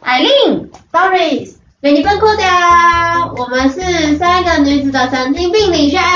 艾琳 Doris， 美丽奔酷的，我们是3个女子的神经病理学。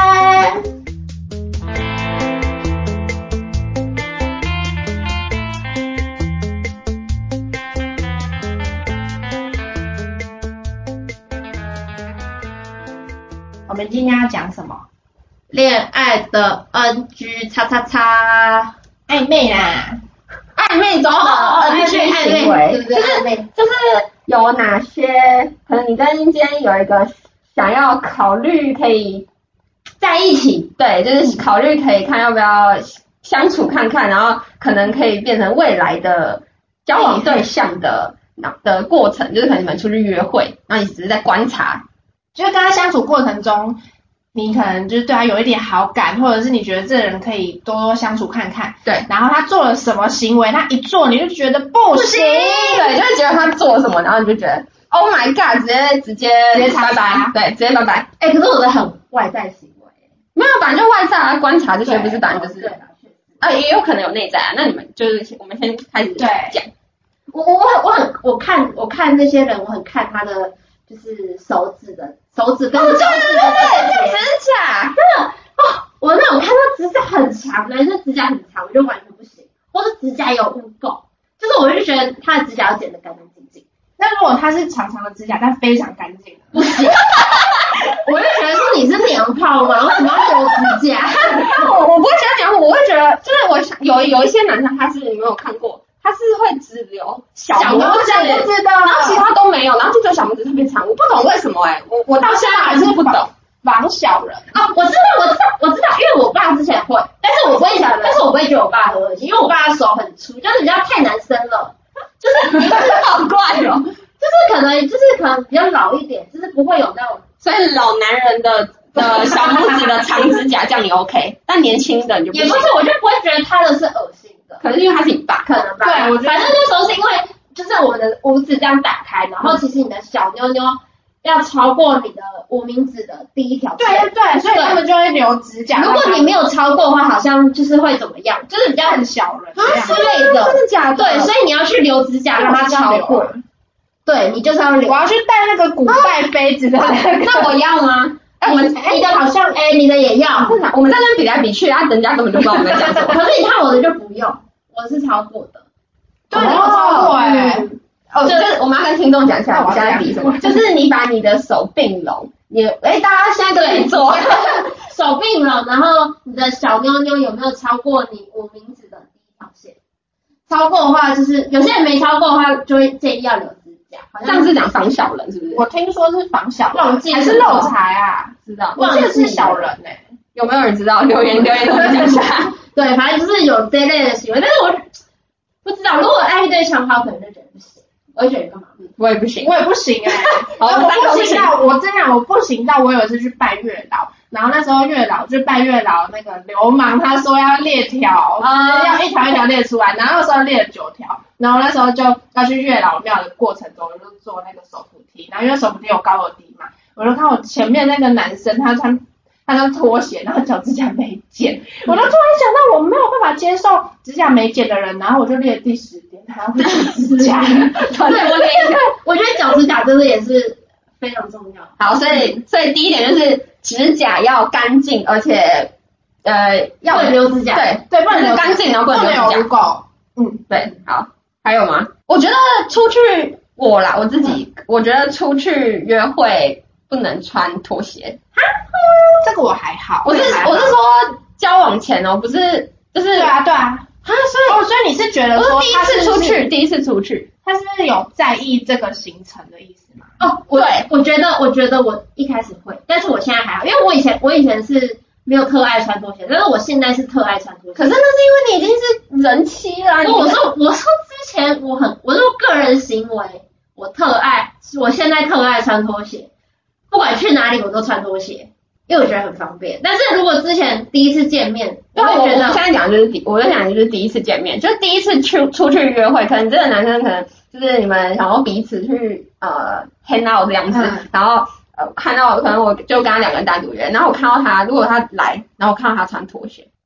我们今天要讲什么？ 恋爱的 NG 叉叉叉， 暧昧啦， 暧昧中的 NG 行为，对暧昧就是有哪些可能你跟今天有一个想要考虑可以在一起， 对，就是考虑可以看要不要相处看看，然后可能可以变成未来的交往对象的过程，就是可能你们出去约会，然后你只是在观察， 就是跟他相处过程中，你可能就是对他有一点好感，或者是你觉得这个人可以多多相处看看。 对， 然后他做了什么行为，他一做你就觉得不行， 对，就会觉得他做什么，然后你就觉得 Oh my God， 直接拜拜，对，直接拜拜。 可是我的很外在行为， 没有，反正就外在啊，观察这些不是反正就是对也有可能有内在啊。那你们就是我们先开始讲。 我看那些人，我很看他的就是手指跟脚趾的指甲， 真的我那种看到指甲很长，男生指甲很长，我就完全不行，或是指甲有污垢，就是我就觉得他的指甲要剪得干干净净。 那如果他是长长的指甲，但非常干净， 不行，我就觉得说你是娘炮吗？为什么要留指甲？ 我不会觉得娘炮，我会觉得就是我有一些男生他是你没有看过。他是会只留小拇指， 不知道， 然后其他都没有，然后就只有小拇指特别长，我不懂为什么我到现在还是不懂。 防小人我知道，因为我爸之前会，但是我不会觉得我爸很恶心，因为我爸的手很粗，就是比较太男生了，就是好怪哦， 就是可能比较老一点，就是不会有那种， 所以老男人的小拇指的长指甲这样你 OK， 但年轻的你就不行。 也不是，我就不会觉得他的是恶心的， 可能是因为他是你爸， 可能吧。 对，我觉得反正那时候是因为就是我的五指这样打开，然后其实你的小妞妞要超过你的无名指的第一条线。 对，所以他们就会留指甲。 如果你没有超过的话，好像就是会怎么样，就是比较很小人之类的。 真的假的？ 对，所以你要去留指甲让它超过。对，你就是要留。 我要去戴那个古代杯子的那我要吗？ 你的好像你的也要。 我们在那比来比去，人家根本就不知道我们在讲什么。 可是你看我的就不用，我是超过的。 对，你有超过就是我们要跟听众讲一下，我们现在比什么？就是你把你的手并拢，大家现在都可以做， 手并拢，然后你的小妞妞有没有超过你无名指的第一条线？超过的话，就是有些人没超过的话，就会建议要留指甲。 这样是讲防小人是不是？ 我听说是防小人， 还是漏财啊？ 知道？ 我记得是小人有没有人知道？留言跟我们讲一下。 对，反正就是有这类的行为，但是我不知道，如果暧昧对象的话，可能就觉得不行。我会觉得干嘛？ 我也不行， 我不行我不行到，我真的我不行到，我有一次去拜月老，然后那时候月老就拜月老那个流氓，他说要列条，要一条一条列出来，然后那时候列了9条，然后那时候就要去月老庙的过程中，我就坐那个手扶梯，然后因为手扶梯有高有低嘛，我就看我前面那个男生他穿拖鞋，然后脚指甲没剪，我就突然想到我没有办法接受指甲没剪的人，然后我就列第10点，还要去剪指甲。 对，我觉得脚指甲真的也是非常重要。 好，所以第一点就是指甲要干净，而且要留指甲， 对，不能干净，然后不能留指甲。对，好，还有吗？我觉得出去我自己，我觉得出去约会不能穿拖鞋。 这个我还好， 我是说交往前不是就是对啊，所以你是觉得说第一次出去， 他是有在意这个行程的意思吗？ 对，我觉得我一开始会，但是我现在还好，因为我以前是没有特爱穿拖鞋，但是我现在是特爱穿拖鞋。 可是那是因为你已经是人妻啦。 我说之前我是个人行为，我现在特爱穿拖鞋，不管去哪里我都穿拖鞋。因为我觉得很方便，但是如果之前第一次见面，我会觉得， 我现在讲就是第一次见面，就是第一次出去约会，可能这个男生可能就是你们想要彼此去hang out 这样子，然后看到可能我就跟他2个人单独约，然后我看到他，如果他来，然后我看到他穿拖鞋，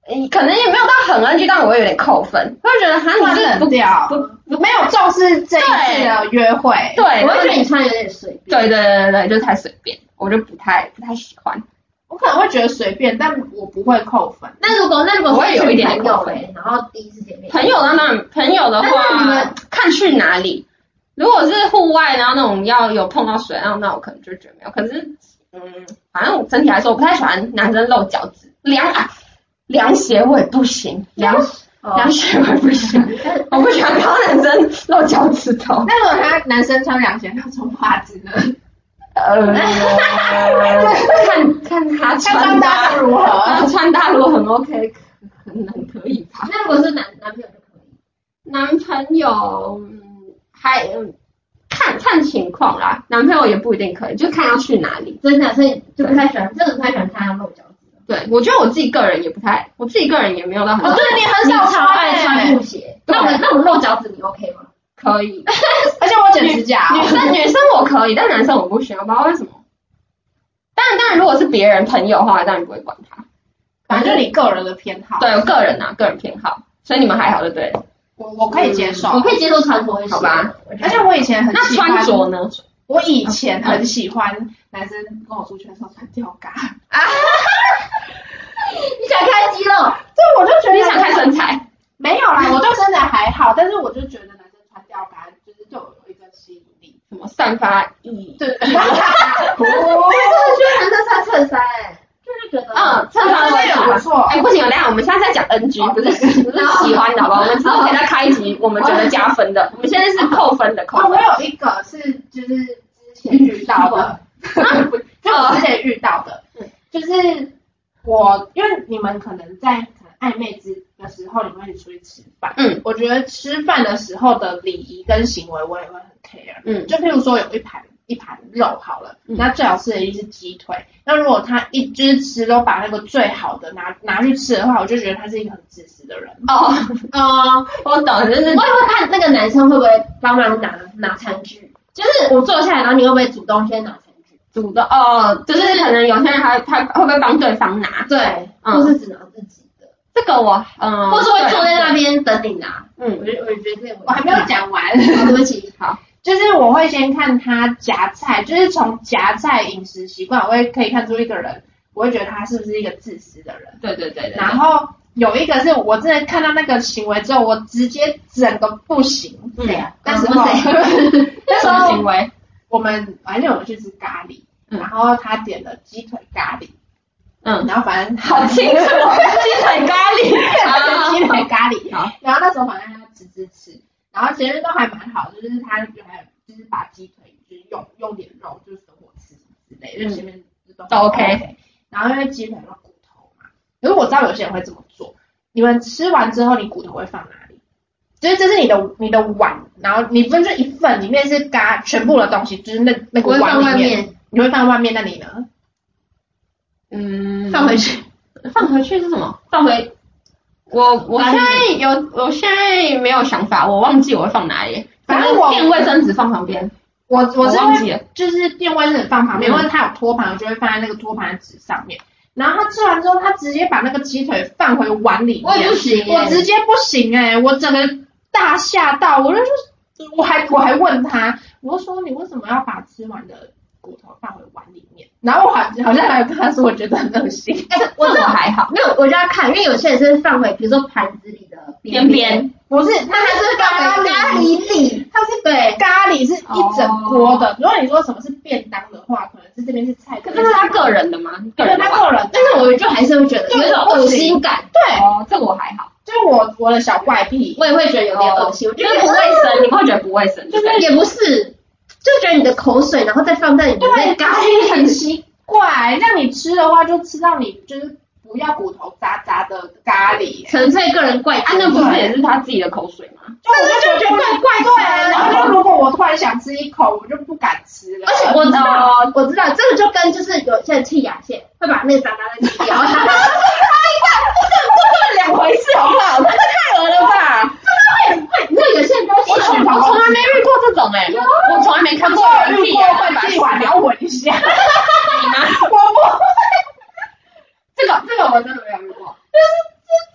可能也没有到很 NG，但我会有点扣分，会觉得你是不没有重视这一次的约会。 对， 我会觉得你穿有点随便。 对，就太随便，我就不太喜欢。 我可能会觉得随便，但我不会扣分。 那如果我会有一点扣分， 然后第一次见面。 朋友的话， 你们看去哪里？如果是户外，然后那种要有碰到水，那我可能就觉得没有。可是反正整体来说，我不太喜欢男生露脚趾，凉鞋我也不行，凉鞋我也不行，我不喜欢看到男生露脚趾头。 那如果男生穿凉鞋，他穿袜子呢？ 看他穿搭如何，穿搭如果很 OK， 可能可以吧。 那如果是男朋友就可以， 男朋友还看情况啦，男朋友也不一定可以，就看要去哪里。 真的，所以就不太喜欢，真的不太喜欢看他露脚趾。 对，我觉得我自己个人也没有到很。 对，你很少超爱穿布鞋。那我露脚趾你 OK 吗？ 可以， 而且我剪指甲。 女生我可以，但男生我不行，我不知道为什么。当然，如果是别人朋友的话，当然不会管他。 反正就你个人的偏好。 对，我个人偏好，所以你们还好就对了。 我可以接受， 我可以接受穿拖鞋， 好吧？ 而且我以前很喜欢。 那穿着呢？ 我以前很喜欢男生跟我出去的时候穿吊嘎。 你想看肌肉？ 这我就觉得你想看身材？ 没有啦，我对身材还好，但是我就觉得男生穿吊嘎就是就有一个吸引力， 什么散发意。 对。 我真的觉得男生穿衬衫，就是觉得衬衫也不错。 不行，等下我们现在在讲 NG，不是喜欢的，好不好？我们之后给他开一集，我们觉得加分的。我们现在是扣分的扣分。 我有一个是就是之前遇到的，就我之前遇到的，就是我因为你们可能在暧昧的时候，你们会一起出去吃饭。我觉得吃饭的时候的礼仪跟行为，我也会很 care。就譬如说有一盘肉好了，那最好吃的一定是鸡腿。那如果他一只吃都把那个最好的拿去吃的话，我就觉得他是一个很自私的人。 我懂，就是我也会看那个男生会不会帮忙拿餐具，就是我坐下来，然后你会不会主动先拿餐具？ 主动就是可能有些人他会不会帮对方拿？ 对，或是只拿自己的。 这个我或是会坐在那边等你拿。我觉得这个我还没有讲完。 对不起， 好。 就是我会先看他夹菜，就是从夹菜饮食习惯，可以看出一个人，我会觉得他是不是一个自私的人。 对。 然后有一个是我真的看到那个行为之后，我直接整个不行。那时候什么行为？ 反正我们去吃咖喱，然后他点了鸡腿咖喱。然后反正好清楚，鸡腿咖喱， 鸡腿咖喱。然后那时候反正他吃。然后前面都还蛮好，就是他原来就是把鸡腿就是用点肉就是生火吃之类的，就前面都 OK。然后因为鸡腿有骨头嘛，可是我知道有些人会这么做。你们吃完之后，你骨头会放哪里？就是这是你的碗，然后你分这一份，里面是全部的东西，就是那个碗里面，你会放外面，那你呢？ 放回去。 放回去是什么？放回。我现在没有想法，我忘记我会放哪里。反正垫卫生纸放旁边。 我是忘记了，就是垫卫生纸放旁边，因为他有托盘，我就会放在那个托盘的纸上面。然后他吃完之后，他直接把那个鸡腿放回碗里面。 我也不行， 我直接不行我整个大吓到，我还问他，我就说你为什么要把吃完的骨头放回碗里面？然后我好像还有跟他说，我觉得很恶心。 我还好， 没有，我就要看，因为有些人是放回，比如说盘子里的边边， 不是，那他是放回咖喱里， 它是对咖喱是一整锅的。如果你说什么是便当的话，可能是这边是菜， 可是他个人的吗？ 对，他个人， 但是我就还是会觉得有一种恶心感。 对， 这个我还好， 就是我的小怪癖， 我也会觉得有点恶心，我觉得不卫生，你们会觉得不卫生， 就是也不是，就觉得你的口水然后再放在你的那咖喱很奇怪，让你吃的话就吃到你就是不要骨头渣渣的咖喱， 纯粹个人怪癖。 那不是也是他自己的口水吗？ 就我就觉得怪对，然后就如果我突然想吃一口，我就不敢吃了。 而且我知道，这个就跟就是有些人剔牙线会把那个渣渣再剔掉， 这两回事好不好？这太恶了吧！ 你知道有些人都我从来没遇过这种我从来没看过有人剔牙会剔完你要闻一下。 你呢？ 我不会。 这个我真的没有遇过。 就是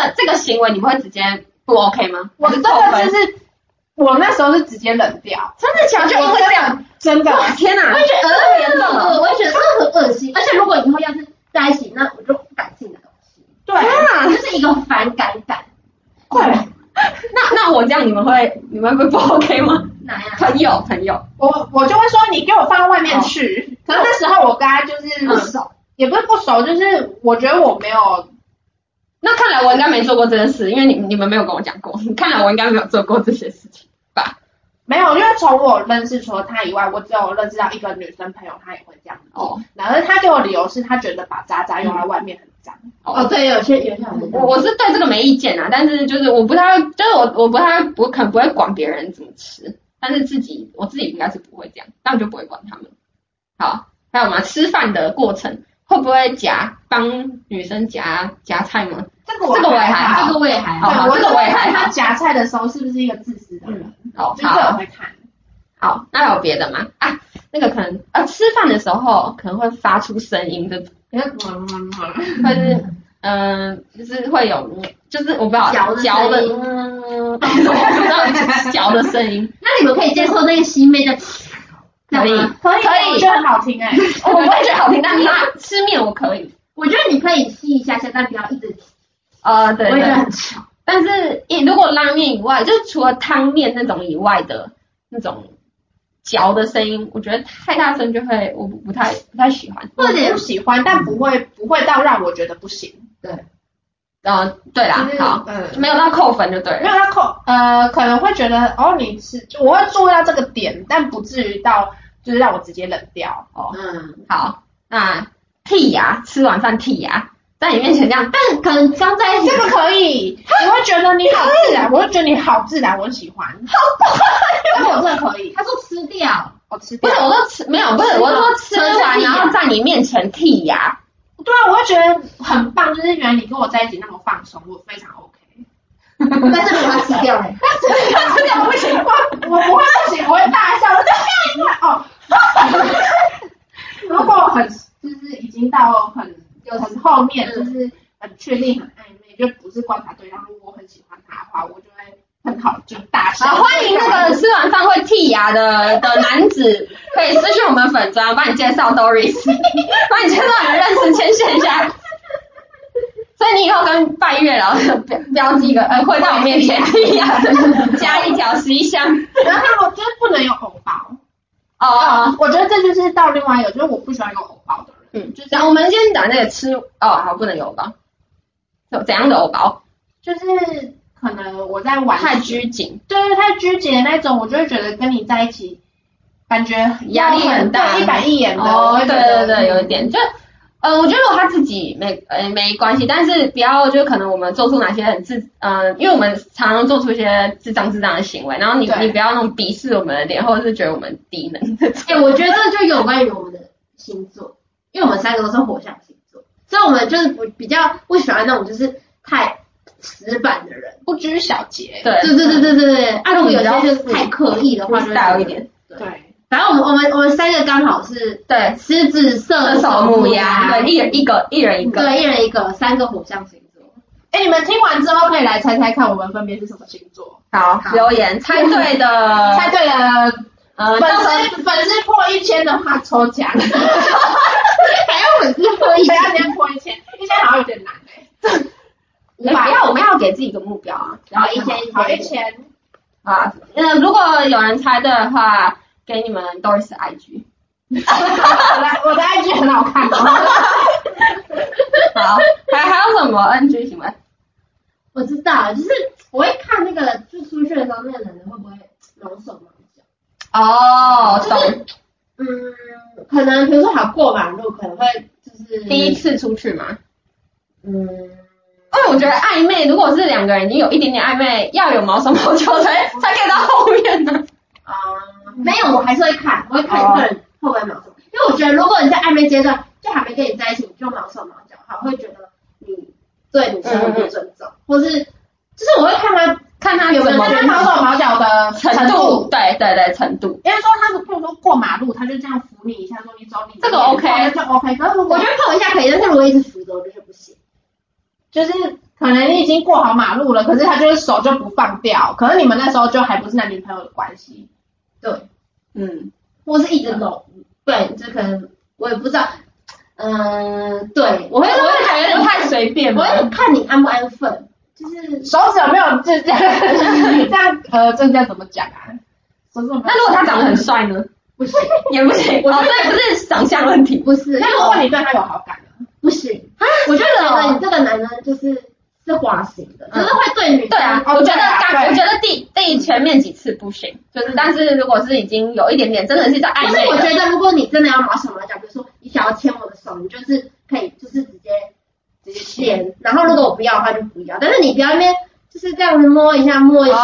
这个行为你们会直接不 OK 吗？ 我真的就是我那时候是直接冷掉， 真的假的？就因为这样， 真的， 天哪！ 我也觉得很严重了， 我也觉得很恶心。而且如果以后要是在一起，那我就不敢信的东西。 对啊， 就是一个反感感。 会。 那我这样你们会不 OK 吗？ 哪样？ 朋友， 我就会说你给我放到外面去。可是那时候我跟他就是不熟，也不是不熟，就是我觉得我没有。 那看来我应该没做过这件事，因为你们没有跟我讲过。看来我应该没有做过这些事情吧？ 没有，因为从我认识除了他以外，我只有认识到一个女生朋友，她也会这样做。然后他给我理由是他觉得把渣渣用在外面很脏。 对，有些很我是对这个没意见啊，但是就是我不太，就是我可能不会管别人怎么吃，但是我自己应该是不会这样，但我就不会管他们。好，还有吗？吃饭的过程会不会帮女生夹菜吗？ 这个我也还好， 这个我也还好。 对，这个我也还好。他夹菜的时候是不是一个自私的人？ 好， 这个我会看。 好，那有别的吗？啊，那个可能吃饭的时候可能会发出声音这种，或是就是会有，就是我不知道嚼的，我不知道嚼的声音。 那你们可以接受那个西妹的？ 可以， 我觉得很好听我不会觉得好听，但是吃面我可以。 我觉得你可以吸一下，但不要一直。 对， 我也觉得很吵。 但是如果拉面以外，就是除了汤面那种以外的那种嚼的声音，我觉得太大声就会我不太喜欢。 或者不喜欢，但不会到让我觉得不行。 对。对啦，好，没有到扣分就对了。 没有到扣，可能会觉得你吃，我会注意到这个点，但不至于到就是让我直接冷掉。 好，那剔牙，吃完饭剔牙，在你面前这样， 但可能刚在一起， 这个可以，你会觉得你好自然，我会觉得你好自然，我喜欢。好但我这可以。 他说吃掉， 吃掉。 不是，我说吃没有，不是，我说吃完然后在你面前剔牙。 对啊，我会觉得很棒，就是原来你跟我在一起那么放松，我非常 OK。 但是如果他吃掉嘞， 他吃掉不行，我不会不行，我会大笑，我就如果就是已经到很后面，就是很确定很暧昧，就不是观察对象，如果我很喜欢他的话，我就会很好就大笑。 欢迎那个吃完饭会剔牙的男子，可以私讯我们粉专，帮你介绍 Doris， 帮你介绍你的认识，牵线一下。所以你以后跟拜月老标记个会在我面前剔牙的，加一条11项。 然后我觉得不能有偶包。我觉得这就是到另外一个，就是我不喜欢有偶包的人。 就是我们先讲那个吃好，不能有偶包。怎样的偶包？ 就是可能我在玩太拘谨， 对，太拘谨的那种，我就会觉得跟你在一起，感觉压力很大， 一板一眼的。 对，有一点就。我觉得如果他自己没关系，但是不要就可能我们做出哪些因为我们常常做出一些智障的行为，然后你不要那种鄙视我们的脸，或者是觉得我们低能。 我觉得这就有关于我们的星座，因为我们3个都是火象星座，所以我们就是比较不喜欢那种就是太死板的人， 不拘小节。 对。如果有些就是太刻意的话，就大一点。 对。 反正我们3个刚好是对狮子、射手、牡羊， 对，一人一个， 对，一人一个，3个火象星座。 你们听完之后可以来猜猜看，我们分别是什么星座？ 好，留言猜对的， 粉丝破1000的话抽奖，还要粉丝破1000， 要先破1000，1000好像有点难我们要给自己一个目标啊， 然后1000 啊，如果有人猜对的话。给你们 Doris IG， 我的 IG 很好看。好， 还有什么 NG 行为？ 我知道，就是我会看那个，就出去的时候，那个男的会不会毛手毛脚？ 懂。 可能比如说过马路，可能会就是第一次出去嘛。因为我觉得暧昧，如果是2个人已经有一点点暧昧，要有毛手毛脚才可以到后面呢。 没有，我还是会看，我会看这个人会不会毛手，因为我觉得如果你在暧昧阶段就还没跟你在一起，你就毛手毛脚，我会觉得你对女生很不尊重，或是就是我会看他有没有毛手毛脚的程度， 对，程度。 因为说他比如说过马路，他就这样扶你一下，说你走你这个 OK， 就 OK。可是我觉得碰一下可以，但是如果一直扶着，我就不行。 就是可能你已经过好马路了，可是他就是手就不放掉，可是你们那时候就还不是男女朋友的关系。 对， 或是一直搂，对，这可能我也不知道，对，我会感觉有点太随便嘛， 我会看你安不安分，就是手指有没有这样这叫怎么讲啊？手指有没有？ 那如果他长得很帅呢？ 不行， 也不行，所以不是长相问题， 不是。 那如果你对他有好感呢？ 不行，我就觉得你这个男人是花心的，就是会对女生。 对啊，我觉得第前面几次不行，就是但是如果是已经有一点点真的是在暧昧的， 可是我觉得如果你真的要毛手毛脚，比如说你想要牵我的手，你就是可以就是直接牵，然后如果我不要的话就不要，但是你不要那边就是这样子摸一下，蹭一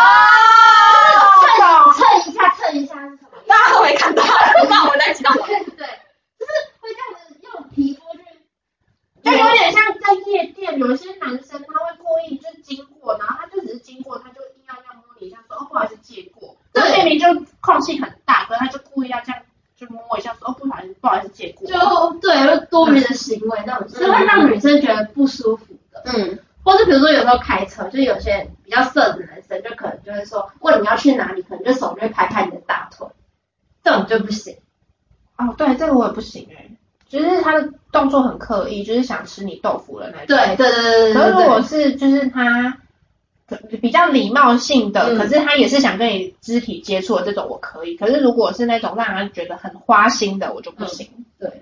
下是什么？ 大家都没看到，我怕我在知道。 对，就是会这样子用皮肤去。 就有点像在夜店，有一些男生他会故意就经过，然后他就只是经过，他就硬要摸你一下，说不好意思借过。对，明明就空气很大，可是他就故意要这样就摸一下，说不好意思借过。 就多余的行为那种，是会让女生觉得不舒服的。或是比如说有时候开车，就是有些比较色的男生，就可能就会说，问你要去哪里，可能就手就会拍拍你的大腿，这种就不行。 哦，对，这个我也不行就是他的动作很刻意，就是想吃你豆腐的那种。 对。 可是如果是就是他比较礼貌性的，可是他也是想跟你肢体接触的这种，我可以。可是如果是那种让人觉得很花心的，我就不行。 对，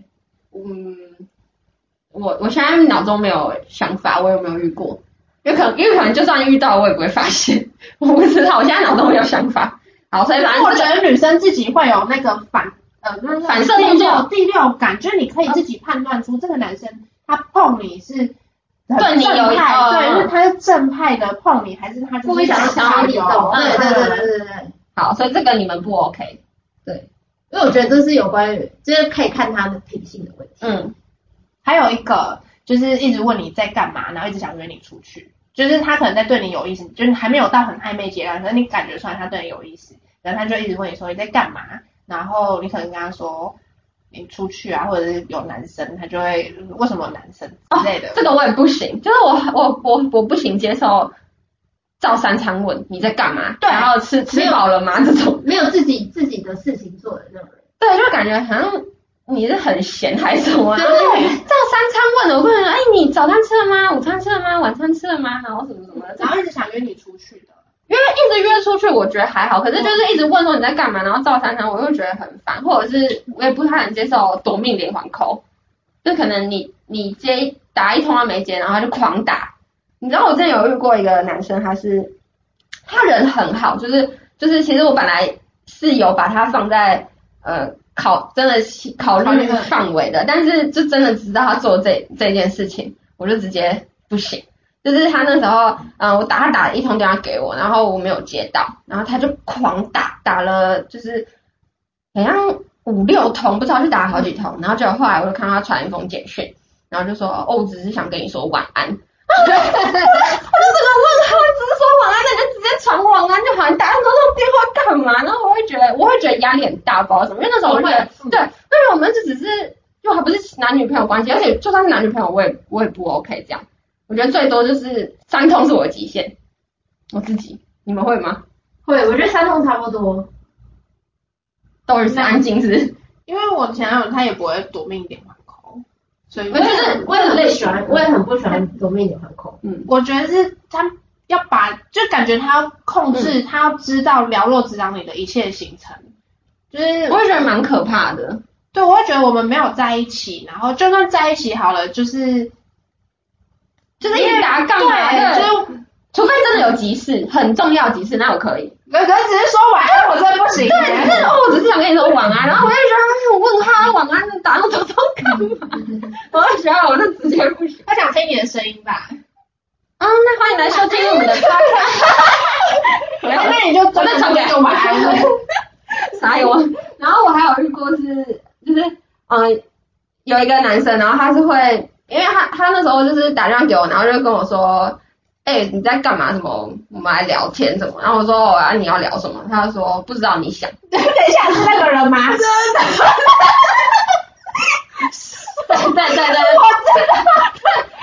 我现在脑中没有想法，我有没有遇过？因为可能就算遇到，我也不会发现。我不知道，我现在脑中没有想法。好，所以反正我觉得女生自己会有那个反射动作第六感，就是你可以自己判断出这个男生他碰你是对你有对，是他是正派的碰你，还是他故意想要你动？对。 好，所以这个你们不 OK。 对，因为我觉得这是有关于，就是可以看他的品性的问题。 还有一个就是一直问你在干嘛，然后一直想约你出去，就是他可能在对你有意思，就是还没有到很暧昧阶段，可是你感觉出来他对你有意思，然后他就一直问你说你在干嘛，然后你可能跟他说你出去啊，或者是有男生，他就会为什么有男生之类的。 这个我也不行，就是我不行接受照三餐问你在干嘛，对，然后吃饱了吗这种， 没有自己的事情做的那种人。 对，就感觉好像你是很闲还是什么？ 对， 照三餐问的，我会觉得你早餐吃了吗？午餐吃了吗？晚餐吃了吗？然后什么什么的， 然后一直想约你出去的。 因为一直约出去，我觉得还好，可是就是一直问说你在干嘛，然后照三餐，我又觉得很烦，或者是我也不太能接受夺命连环扣，就可能你打一通他没接，然后他就狂打。你知道我之前有遇过一个男生，他人很好，就是其实我本来是有把他放在真的考虑范围的，但是就真的知道他做这件事情，我就直接不行。就是他那时候，我他打了一通电话给我，然后我没有接到，然后他就狂打了，就是好像5、6通，不知道是打了好几通，然后结果后来我就看到他传一封简讯，然后就说我只是想跟你说晚安。我就整个问号，只是说晚安，那就直接传晚安就好，你打那么多电话干嘛？然后我会觉得压力很大，不知道什么，因为那时候我就觉得，对，因为我们就只是就还不是男女朋友关系，而且就算是男女朋友，我也不 OK 这样。我觉得最多就是3通是我的极限，我自己，你们会吗？ 会，我觉得3通差不多。 都是安静是， 因为我前男友他也不会夺命连环扣，所以我也很不喜欢，我也很不喜欢夺命连环扣。 我觉得是他要就感觉他要控制，他要知道了若指掌你的一切行程，就是我会觉得蛮可怕的。 对，我会觉得我们没有在一起，然后就算在一起好了，就是一直打干嘛？对，就除非真的有急事，很重要急事，那我可以。 可是只是说晚安，我真的不行。 对，我只是想跟你说晚安，然后我就觉得我问他晚安打那么多通干嘛？我就觉得我就直接不行。 他想听你的声音吧？ 那欢迎来收听我们的 podcast。 那你就真的传给我晚安。 啥有？然后我还有遇过就是有一个男生，然后他是会，因为他那时候就是打电话给我，然后就跟我说，你在干嘛？什么？我们来聊天什么？然后我说你要聊什么？他就说不知道你想。 等一下是那个人吗？真的。 对， 我知道。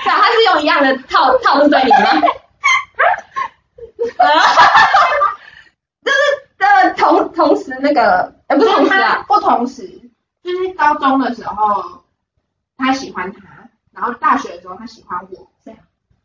对啊，他是用一样的套路对你吗？就是同时那个，不是同时啊， 不同时，就是高中的时候他喜欢他，然后大学的时候他喜欢我，这样。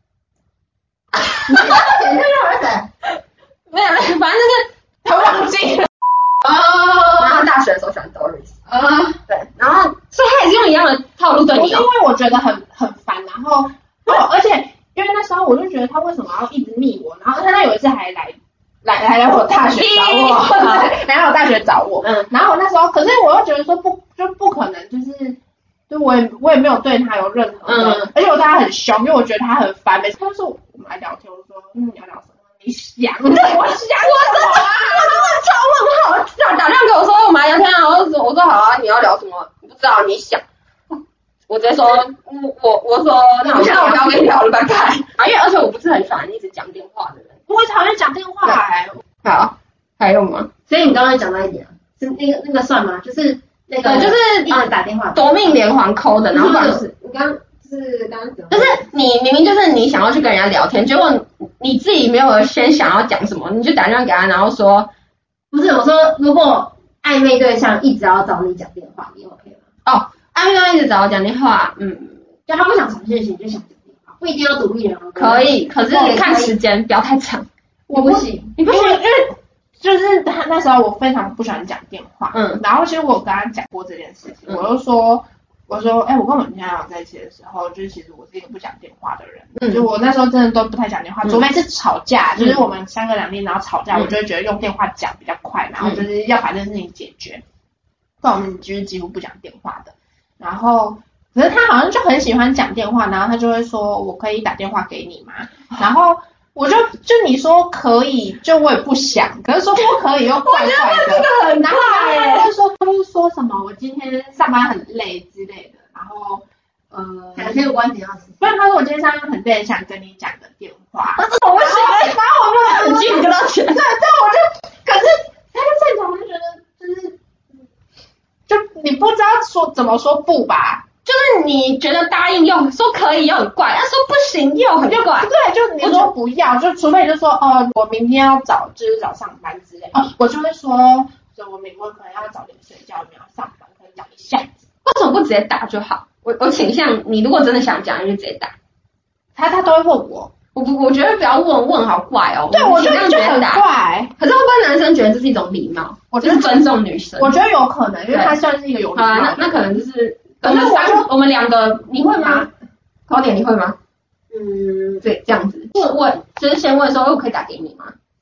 没有，反正就是他忘记了。 然后大学的时候喜欢 Doris。对，然后所以他也是用一样的套路对你。 因为我觉得很烦，然后而且因为那时候我就觉得他为什么要一直密我，然后他有一次还来我大学找我，来我大学找我，然后我那时候，可是我又觉得说不可能，就我也没有对他有任何的，而且我对他很凶，因为我觉得他很烦，每次他就说我们来聊天，我说你要聊什么？你想，我真的超问号， 打电话给我说我们来聊天啊，我说好啊，你要聊什么？不知道你想。我直接说，我说那我不要跟你聊了，拜拜。因为而且我不是很喜欢一直讲电话的人， 我也讨厌讲电话好，还有吗？ 所以你刚刚讲到一点，是那个算吗？就是那个就是一直打电话， 夺命连环扣的，然后就是你刚讲， 就是你明明就是你想要去跟人家聊天，结果你自己没有先想要讲什么，你就打电话给他，然后说不是我说，如果暧昧对象一直要找你讲电话，你 OK 吗？ 暧昧对象一直找我讲电话， 就他不想传讯息，就想讲电话，不一定要独立人。 可以，可是看时间，不要太长。 我不行， 你不行，因为就是他那时候我非常不喜欢讲电话，然后其实我跟他讲过这件事情，我就说，我跟我女朋友在一起的时候，就是其实我是一个不讲电话的人，就我那时候真的都不太讲电话，除非是吵架，就是我们三个两地然后吵架，我就会觉得用电话讲比较快，然后就是要把这件事情解决，不然我们就是几乎不讲电话的。然后可是他好像就很喜欢讲电话，然后他就会说我可以打电话给你吗？然后我就你说可以，就我也不想，可是说不可以又怪怪的。然后他就说什么我今天上班很累之类的，然后两天有关系要死。 不然他说我今天上班很累，想跟你讲个电话。 我不行， 然后我就很近跟他讲。 对，我就可是他就正常，我就觉得就你不知道说怎么说不吧。 就是你觉得答应又说可以又很怪，说不行又很怪。 对，就你说不要，就除非你就说我明天要早上班之类。我就会说，我可能要早点睡觉，你要上班，可能讲一下子。 为什么不直接打就好？我倾向你如果真的想讲，你就直接打。 他都会问我， 我觉得不要问好怪哦。 对，我觉得就很怪。 可是会不会男生觉得这是一种礼貌？我觉得尊重女生。 我觉得有可能，因为他算是一个有礼貌的。 那可能就是。我们两个，你会吗？考点你会吗？对，这样子。问就是先问说，我可以打给你吗？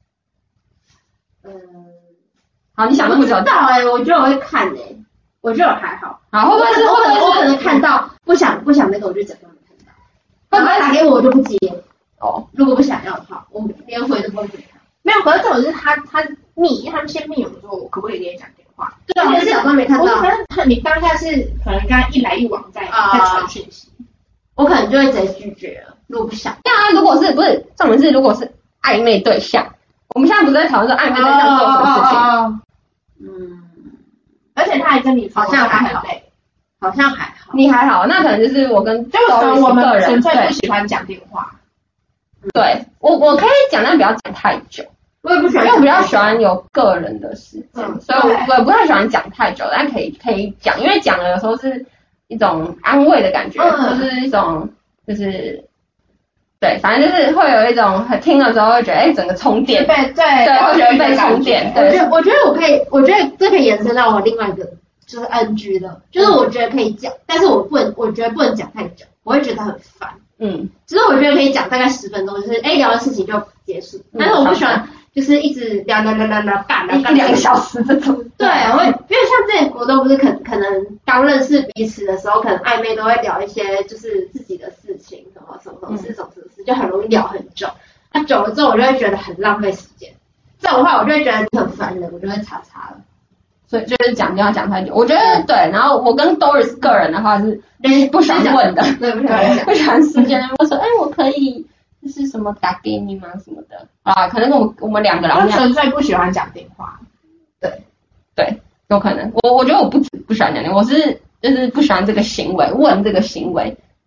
好，你想那么久。 不知道我觉得我会看我觉得我还好。 好，会不会是我可能看到不想那个我就假装没看到。会不会打给我就不接？如果不想要的话，我连回都不会给他。 没有，可是这种是他密，他们先密我说我可不可以跟你讲电话？ 对啊，我是假装没看到。 可是你当下是可能跟他一来一往在传讯息， 我可能就会直接拒绝了，如果不想。 那如果是不是重点是如果是暧昧对象，我们现在不是在讨论说暧昧对象做什么事情？ 而且他还跟你说好像还好，好像还好。 你还好，那可能就是我跟我们纯粹不喜欢讲电话。 对，我可以讲，但不要讲太久。 我也不喜欢， 因为我比较喜欢有个人的时间，所以我也不太喜欢讲太久，但可以讲，因为讲了有时候是一种安慰的感觉，就是一种就是对，反正就是会有一种听了之后会觉得整个充电，对，会觉得被充电。 我觉得这可以延伸到我另外一个就是 NG 的，就是我觉得可以讲，但是我觉得不能讲太久，我会觉得很烦。只是我觉得可以讲大概10分钟，就是聊的事情就结束，但是我不喜欢。就是一直聊1-2个小时这种。 对，因为像之前国中不是可能刚认识彼此的时候，可能暧昧都会聊一些就是自己的事情，什么事，就很容易聊很久。那久了之后，我就会觉得很浪费时间。这种话我就会觉得很烦人，我就会查了。 所以就是讲电话讲太久，我觉得对。然后我跟 Doris 个人的话是不喜欢问的， 对， 不喜欢时间。我说我可以。是什么打给你吗？什么的可能我们两个人纯粹不喜欢讲电话。 对，有可能。我觉得我不喜欢讲电话，我是就是不喜欢这个行为，问这个行为。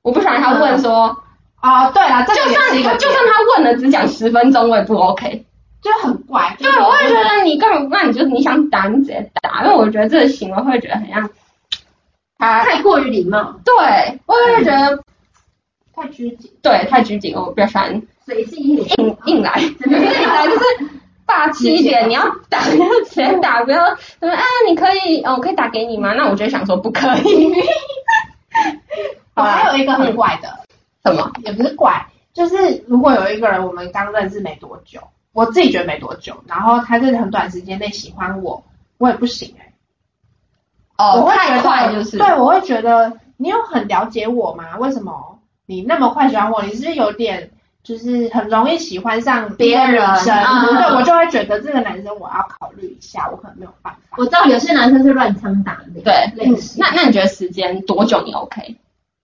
我不喜欢他问说， 对啦，这个也是一个点， 就算他问了只讲10分钟，我也不 OK。 就很怪。 对，我会觉得你根本，那你想打你直接打，因为我觉得这个行为会觉得很像他太过于礼貌。 对，我会觉得太拘谨。 对，太拘谨，我比较喜欢随性一点， 硬来，硬来就是霸气一点，你要打就直接打，不要什么你可以我可以打给你吗？那我就想说不可以。 我还有一个很怪的， 什么？ 也不是怪，就是如果有一个人我们刚认识没多久，我自己觉得没多久，然后他就是很短时间内喜欢我也不行我会觉得太快就是， 对，我会觉得你有很了解我吗？为什么你那么快喜欢我？你是不是有点就是很容易喜欢上别的女生？对，我就会觉得这个男生我要考虑一下，我可能没有办法。 我知道有些男生是乱枪打鸟， 对， 类似。 那你觉得时间多久你 OK？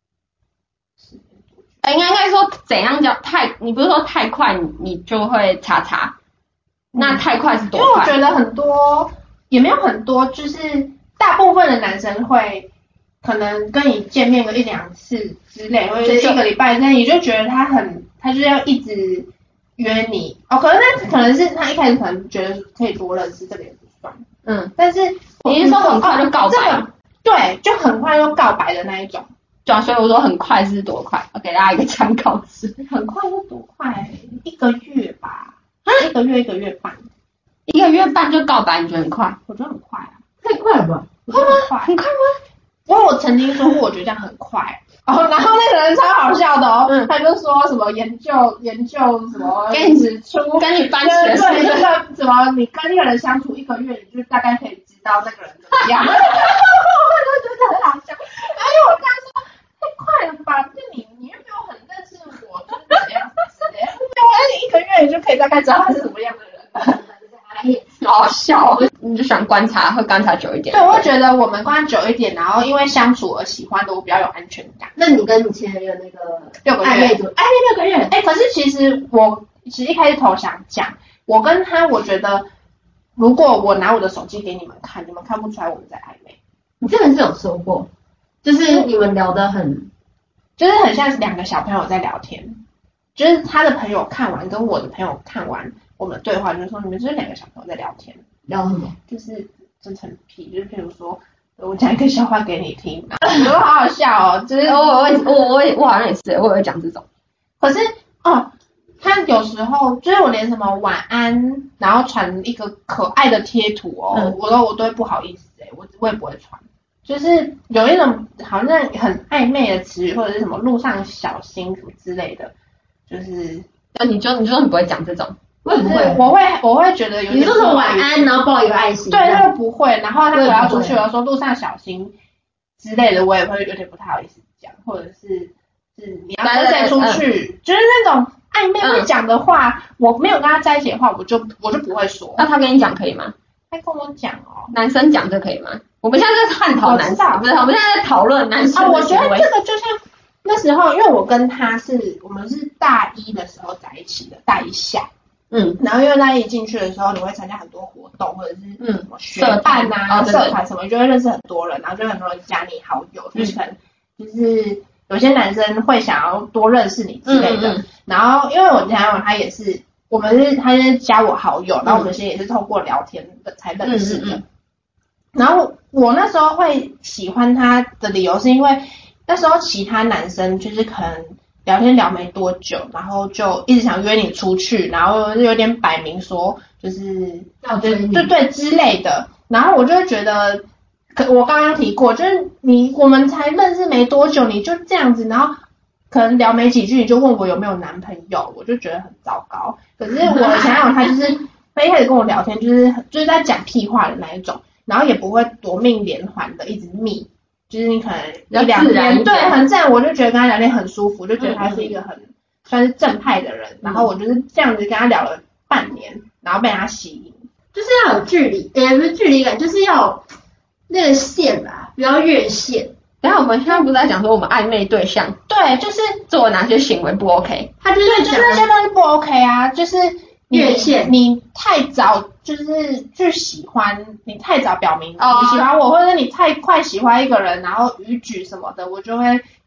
应该说怎样叫太？你不是说太快你就会叉？那太快是多快？ 因为我觉得很多也没有很多，就是大部分的男生会可能跟你见面个1-2次之类，或者是1个礼拜之内，你就觉得他就是要一直约你可能是他一开始可能觉得可以多认识，这个也不算。但是你是说很快就告白？ 对，就很快就告白的那一种。 对啊，所以我说很快是多快？我给大家一个参考值。 很快是多快？1个月吧，1个月1个月半 ，1个月半就告白，你觉得很快？ 我觉得很快啊， 太快了吧？ 会吗？很快吗？ 因为我曾经说过，我觉得这样很快。然后那个人超好笑的他就说什么研究什么， 跟你指出跟你班学生对这个什么，你跟一个人相处1个月，你就大概可以知道那个人怎么样。我就觉得很好笑。然后我跟他说太快了吧，就你又没有很认识我，就是怎样之类的。你1个月你就可以大概知道他是什么样的人了。 好笑，你就想观察，会观察久一点。 对，我会觉得我们观察久一点，然后因为相处而喜欢的，我比较有安全感。 那你跟你前任那个 6个月，暧昧6个月，可是其实一开始头想讲，我跟他，我觉得如果我拿我的手机给你们看，你们看不出来我们在暧昧。 你这个是有说过，就是你们聊得就是很像2个小朋友在聊天，就是他的朋友看完跟我的朋友看完我们的对话，就是说你们就是2个小朋友在聊天。 聊什么？ 就是真诚屁，就是譬如说我讲一个笑话给你听，我觉得好好笑就是我好像也是，我也会讲这种。 可是他有时候就是我连什么晚安，然后传一个可爱的贴图我都会不好意思我也不会传。就是有一种好像很暧昧的词语，或者是什么路上小心什么之类的，就是你说你不会讲这种。 我会觉得有点。 你说什么晚安，然后抱一个爱心？ 对，那个不会。然后他如果要出去的时候，路上小心之类的，我也会有点不太好意思讲，或者是你要跟谁出去，就是那种暧昧会讲的话，我没有跟他在一起的话，我就不会说。 那他跟你讲可以吗？ 他跟我讲男生讲这可以吗？我们现在在探讨男生，不是，我们现在在讨论男生我觉得这个就像那时候，因为我跟他我们是大1的时候在一起的，大1下。然后因为大1进去的时候，你会参加很多活动，或者是什么学伴社团什么，就会认识很多人，然后就很多人加你好友，就是可能就是有些男生会想要多认识你之类的。然后因为我男友他也是，他是加我好友，然后我们其实也是透过聊天才认识的。然后我那时候会喜欢他的理由是因为那时候其他男生就是可能聊天聊没多久，然后就一直想约你出去，然后有点摆明说就是要追你， 对之类的。然后我就会觉得，我刚刚提过，就是我们才认识没多久，你就这样子，然后可能聊没几句你就问我有没有男朋友，我就觉得很糟糕。可是我的前男友他就是他一开始跟我聊天就是在讲屁话的那一种，然后也不会夺命连环的一直密。就是你可能1-2天，对，很自然，我就觉得跟他聊天很舒服，就觉得他是一个很算是正派的人。然后我就是这样子跟他聊了半年，然后被他吸引， 就是要有距离，不是距离感，就是要有那个线吧，不要越线。 然后我们现在不是在讲说我们暧昧对象， 对，就是做哪些行为不 OK， 他就是那些东西不 OK 啊，就是越线， 你太早就是去喜欢，你太早表明你喜欢我，或者你太快喜欢一个人，然后逾矩什么的，我就会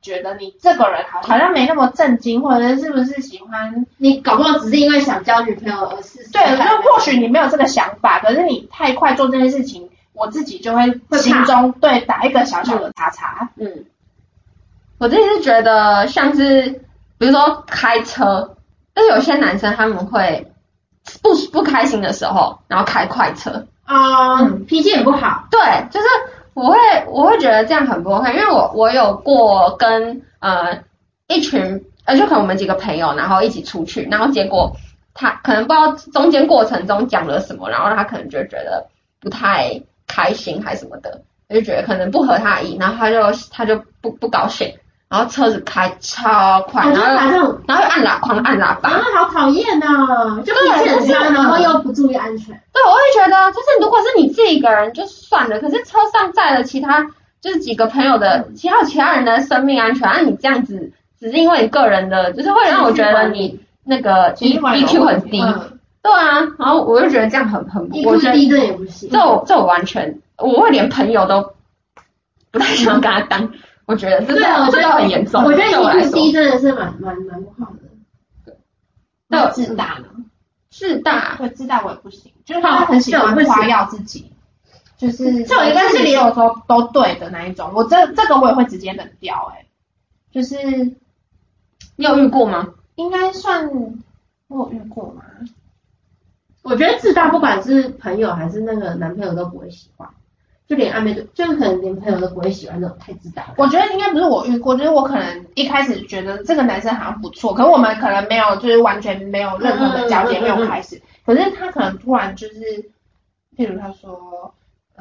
觉得你这个人好像没那么正经，或者是不是喜欢你搞不好只是因为想交女朋友而是对，就是或许你没有这个想法，可是你太快做这件事情，我自己就会心中对打一个小小的叉叉。 我自己是觉得像是比如说开车，就是有些男生他们会不开心的时候，然后开快车， 脾气也不好。 对，就是我会觉得这样很不 OK， 因为我有过跟一群就可能我们几个朋友，然后一起出去，然后结果他可能不知道中间过程中讲了什么，然后他可能就觉得不太开心还是什么的，我就觉得可能不合他意，然后他就不高兴。然后车子开超快，然后狂按喇叭， 好讨厌哦！就脾气很差，然后又不注意安全。 对，我会觉得就是如果是你自己一个人就算了，可是车上载了其他就是几个朋友的其他人的生命安全，你这样子只是因为你个人的，就是会让我觉得你那个 EQ 很低。对啊，然后我就觉得这样很我觉得 EQ 低这也不行。 这我完全我会连朋友都不太想跟他当。我觉得这个很严重， 我觉得 EQ 低真的是蛮不好的。 那自大呢？ 自大， 对，自大我也不行，就是他很喜欢夸耀自己，就是这我应该是你有时候都对的那一种。我这个我也会直接冷掉，就是你有遇过吗？ 应该算我有遇过吗？ 我觉得自大不管是朋友还是那个男朋友都不会喜欢。就连暧昧就是可能连朋友都不会喜欢那种太自大。 我觉得应该不是我遇过，就是我可能一开始觉得这个男生好像不错，可是我们可能没有，就是完全没有任何的交集，没有开始。可是他可能突然就是，譬如他说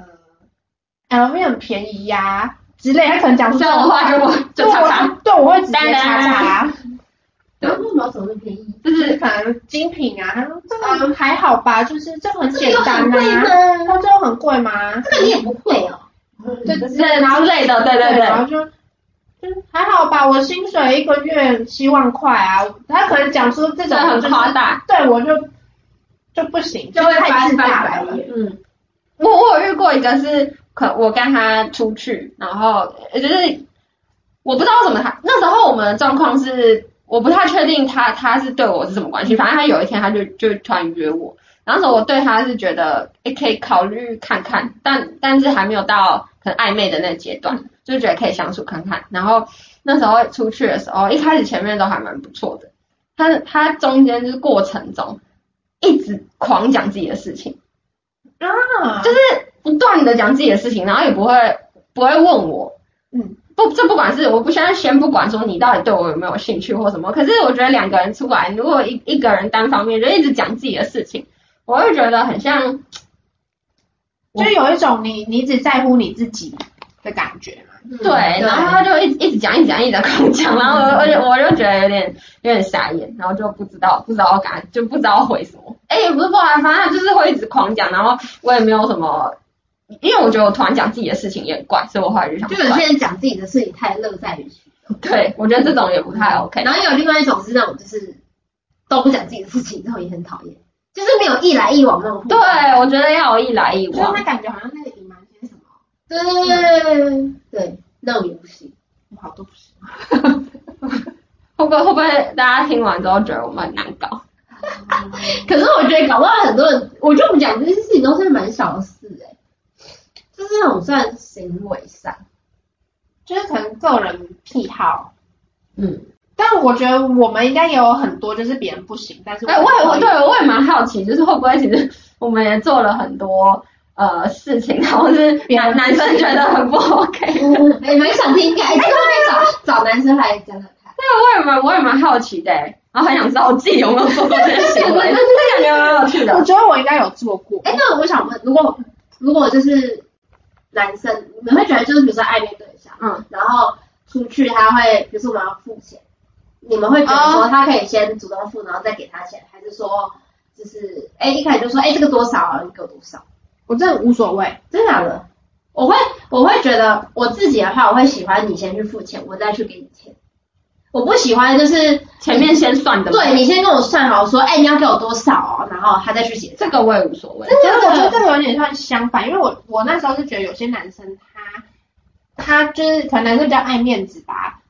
，LV 很便宜呀之类，他可能讲出这种话就叉叉，对，我会直接叉叉。 然后为什么怎么那么便宜？ 就是可能精品啊，他说这个还好吧，就是这很简单啊，他这很贵吗？ 这个你也不会哦。 对，然后类的，对， 然后就还好吧，我薪水一个月7万块啊，他可能讲出这种很夸大， 对我就不行，就会太自大了。 我有遇过一个是，我跟他出去，然后就是我不知道为什么那时候我们的状况是。我不太确定他是对我是什么关系，反正他有一天他就突然约我，然后那时候我对他是觉得可以考虑看看，但是还没有到很暧昧的那个阶段，就觉得可以相处看看。然后那时候出去的时候，一开始前面都还蛮不错的，他中间就是过程中一直狂讲自己的事情，就是不断的讲自己的事情，然后也不会问我，不管是我现在先不管说你到底对我有没有兴趣或什么，可是我觉得两个人出来，如果一个人单方面就一直讲自己的事情，我会觉得很像， 就有一种你只在乎你自己的感觉嘛。 对，然后他就一直讲，一直狂讲，然后我就觉得有点傻眼，然后就不知道就不知道回什么。也不是不然，反正他就是会一直狂讲，然后我也没有什么。因为我觉得我突然讲自己的事情也很怪，所以我后来就想， 就有些人讲自己的事情太乐在于其中。 对，我觉得这种也不太 OK。 然后有另外一种是那种就是都不讲自己的事情，之后也很讨厌，就是没有一来一往那种。 对，我觉得要有一来一往。 就是他感觉好像那个隐瞒些什么。对，那种也不行， 好都不行。 会不会大家听完之后觉得我们很难搞？ 可是我觉得搞不好很多人，我觉得我们讲这些事情都是蛮小的事就是那种算行为上， 就是可能个人癖好，但我觉得我们应该也有很多就是别人不行，但是我也蛮好奇，就是会不会其实我们也做了很多事情，然后是男生觉得很不 OK， 也蛮想听，这个会找男生来讲讲看。 对，我也蛮好奇的，然后很想知道我自己有没有做过这些行为，这感觉蛮有趣的。 我觉得我应该有做过。 那我想问，如果就是男生，你们会觉得就是比如说暧昧对象，然后出去他会，比如说我们要付钱，你们会觉得说他可以先主动付，然后再给他钱，还是说就是一开始就说这个多少啊，你给我多少？ 我真的无所谓， 真的假的？我会觉得我自己的话，我会喜欢你先去付钱，我再去给你钱。我不喜欢就是前面先算的， 对你先跟我算好说，你要给我多少然后他再去结账。 这个我也无所谓。 真的，我觉得这个有点像相反，因为我那时候是觉得有些男生他就是可能男生比较爱面子吧，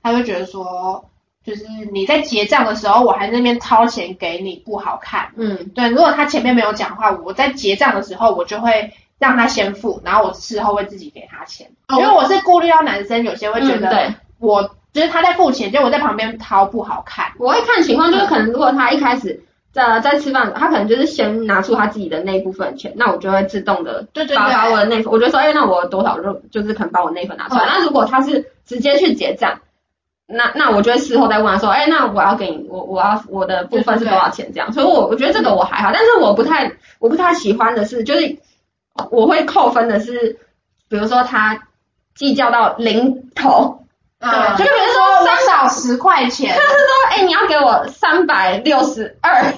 他会觉得说，就是你在结账的时候，我还在那边掏钱给你，不好看。对，如果他前面没有讲话，我在结账的时候，我就会让他先付，然后我事后会自己给他钱，因为我是顾虑到男生有些会觉得我就是他在付钱，就我在旁边掏不好看。 我会看情况，就是可能如果他一开始在吃饭，他可能就是先拿出他自己的那一部分钱，那我就会自动的把我的那份，我就说，那我多少就是可能把我那份拿出来。那如果他是直接去结账，那我就会事后再问他说，那我要给你，我的部分是多少钱这样。所以我觉得这个我还好，但是我不太喜欢的是，就是我会扣分的是，比如说他计较到零头。 对，就比如说我少10块钱， 他是说，你要给我362，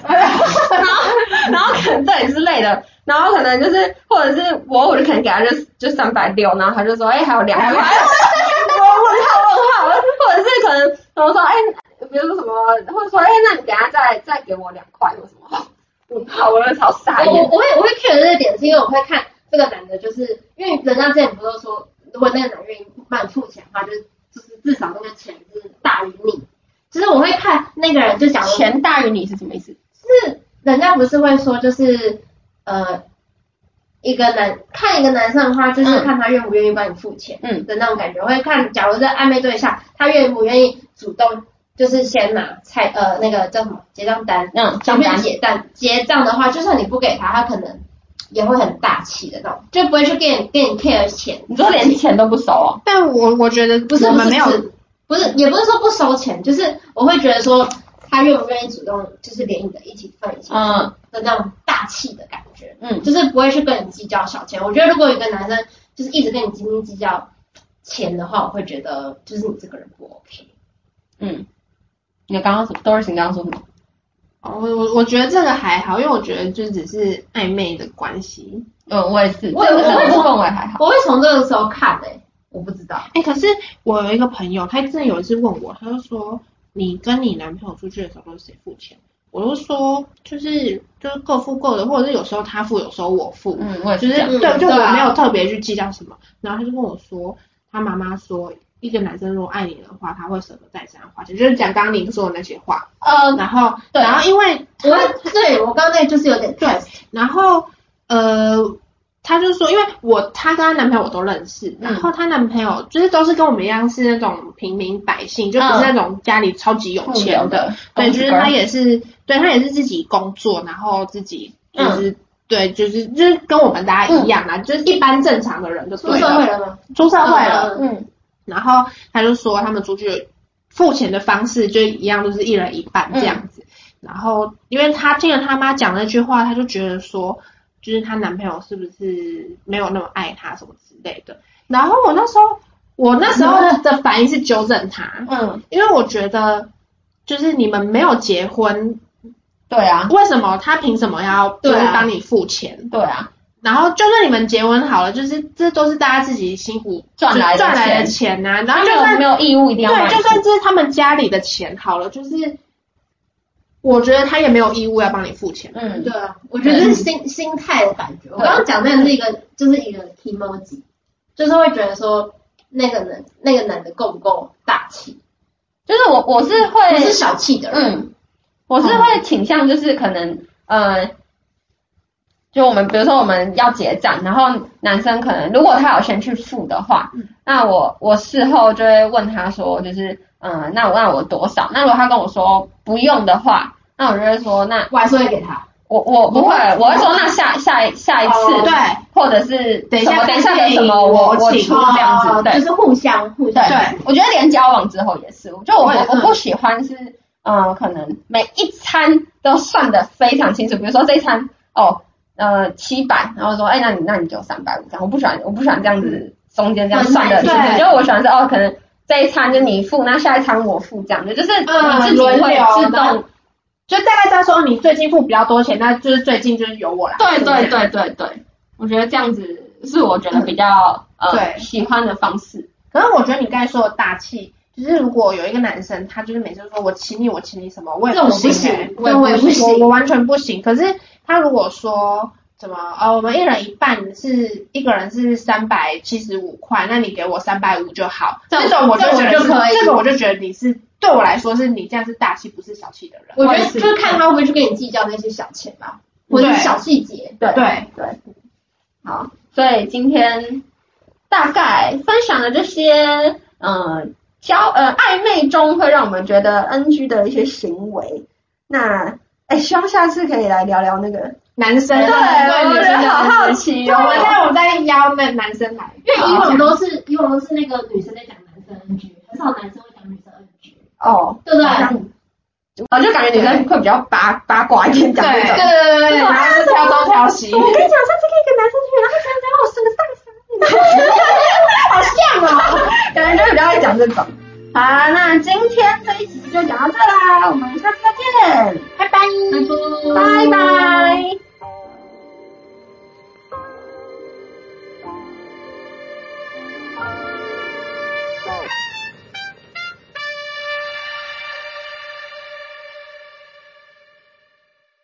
然后可能对之类的，然后可能就是或者是我就可能给他就360，然后他就说，还有2块，问号，或者是可能我说，比如说什么，或者说，那你等一下再给我2块或什么，问号，我就超傻眼。 我会 care 这个点，是因为我会看这个男的，就是因为人家之前不是说，如果那个男愿意帮你付钱的话，就是至少那个钱是大于你。就是我会看那个人就讲钱大于你是什么意思？ 就是人家不是会说就是看一个男生的话，就是看他愿不愿意帮你付钱的那种感觉。我会看，假如在暧昧对象，他愿不愿意主动就是先拿那个叫什么结账单， 账单结账的话，就算你不给他，他可能也会很大气的那种，就不会去跟你 care 钱。 你说连钱都不收哦？ 但我觉得不是， 我们没有， 也不是说不收钱，就是我会觉得说他愿不愿意主动，就是连你的一起分的那种大气的感觉，就是不会去跟你计较小钱。我觉得如果有一个男生就是一直跟你斤斤计较钱的话，我会觉得就是你这个人不 OK。 你刚刚Doris 你刚刚说什么？ 我觉得这个还好，因为我觉得就只是暧昧的关系。 我也是， 我会氛围还好。 我会从这个时候看我不知道。 可是我有一个朋友，他真的有一次问我，他就说你跟你男朋友出去的时候都是谁付钱？我就说就是各付各的，或者是有时候他付，有时候我付。 我也是这样。 对，就我没有特别去计较什么。然后他就跟我说，他妈妈说，一个男生如果爱你的话，他会舍得再这样花钱，就是讲刚刚你说的那些话。然后因为我刚刚那就是有点对，然后他就说，因为她跟她男朋友我都认识，然后她男朋友就是都是跟我们一样是那种平民百姓，就不是那种家里超级有钱的。对，就是他也是自己工作，然后自己就是对，就是跟我们大家一样啦，就是一般正常的人就对了。 出社会了吗？ 出社会了。然后他就说他们出去付钱的方式就一样，就是一人一半这样子。然后因为他听了他妈讲那句话，他就觉得说，就是她男朋友是不是没有那么爱她什么之类的。然后我那时候的反应是纠正他，因为我觉得就是你们没有结婚， 对啊， 为什么他凭什么要就是帮你付钱？ 对啊。 然后就算你们结婚好了，就是这都是大家自己辛苦赚来的钱啊。然后就算没有义务一定要对，就算这是他们家里的钱好了，就是我觉得他也没有义务要帮你付钱。 对啊，我觉得是心态的感觉。我刚刚讲的是一个 emoji， 就是会觉得说那个男的够不够大气？ 就是我是会不是小气的人。 我是会倾向就是可能就我们比如说我们要结账，然后男生可能如果他有先去付的话，那我事后就会问他说，就是那我多少？那如果他跟我说不用的话，那我就会说那我还是会给他。 我不会，我会说那下一次， 对， 或者是等一下有什么我出这样子，对， 就是互相对。 我觉得连交往之后也是，我不喜欢是可能每一餐都算得非常清楚，比如说这一餐700，然后说那你就350这样，我不喜欢这样子中间这样算的清楚，就我喜欢是可能这一餐就你付，那下一餐我付这样的，就是你自己会自动。 就大概知道说你最近付比较多钱，那就是最近就是由我来。 对，我觉得这样子是我觉得比较喜欢的方式。 可是我觉得你刚才说的大气，就是如果有一个男生他就是每次说我请你什么，我也不行， 我也不行， 我完全不行。可是他如果说我们一人一半是一个人是375块，那你给我350就好。这种我就觉得就可以， 这个我就觉得你是对我来说是你这样是大气不是小气的人。 我觉得就是看他会不会去跟你计较那些小钱吧，或者是小细节。 对。好，所以今天大概分享的这些暧昧中会让我们觉得 NG 的一些行为。那希望下次可以来聊聊那个男生对女生的好好奇哦。 我在邀那男生来， 因为以往都是那个女生在讲男生 NG， 很少男生会讲女生 NG。对不对？ 就感觉女生会比较八卦一点讲这种。 对，然后是挑东挑西。 我跟你讲，上次跟一个男生去，然后他讲我生个大傻，好像哦，感觉就比较爱讲这种。好，那今天这一集就讲到这啦，我们下次再见， 拜拜。